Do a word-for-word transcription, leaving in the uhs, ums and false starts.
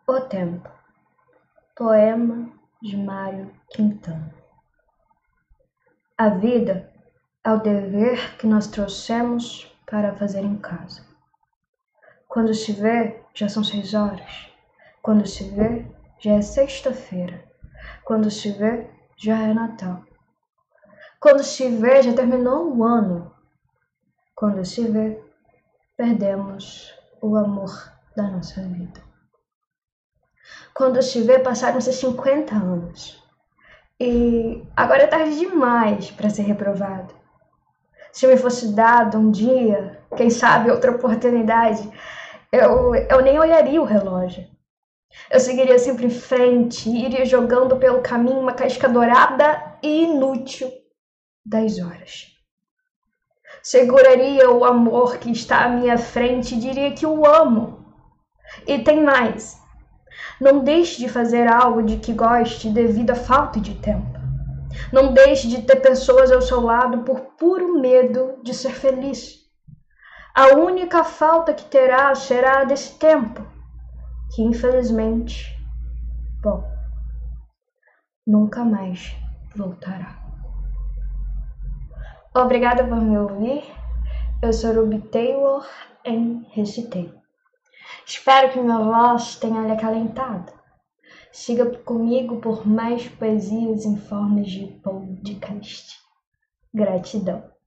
O Tempo, poema de Mário Quintana. A vida é o dever que nós trouxemos para fazer em casa. Quando se vê, já são seis horas. Quando se vê, já é sexta-feira. Quando se vê, já é Natal. Quando se vê, já terminou o ano. Quando se vê, perdemos o amor da nossa vida. Quando se vê, passaram-se cinquenta anos. E agora é tarde demais para ser reprovado. Se me fosse dado um dia, quem sabe outra oportunidade, eu, eu nem olharia o relógio. Eu seguiria sempre em frente e iria jogando pelo caminho uma casca dourada e inútil das horas. Seguraria o amor que está à minha frente e diria que o amo. E tem mais. Não deixe de fazer algo de que goste devido à falta de tempo. Não deixe de ter pessoas ao seu lado por puro medo de ser feliz. A única falta que terá será a desse tempo, que infelizmente, bom, nunca mais voltará. Obrigada por me ouvir. Eu sou Ruby Taylor em Recitei. Espero que minha voz tenha lhe acalentado. Siga comigo por mais poesias em formas de podcast. Gratidão.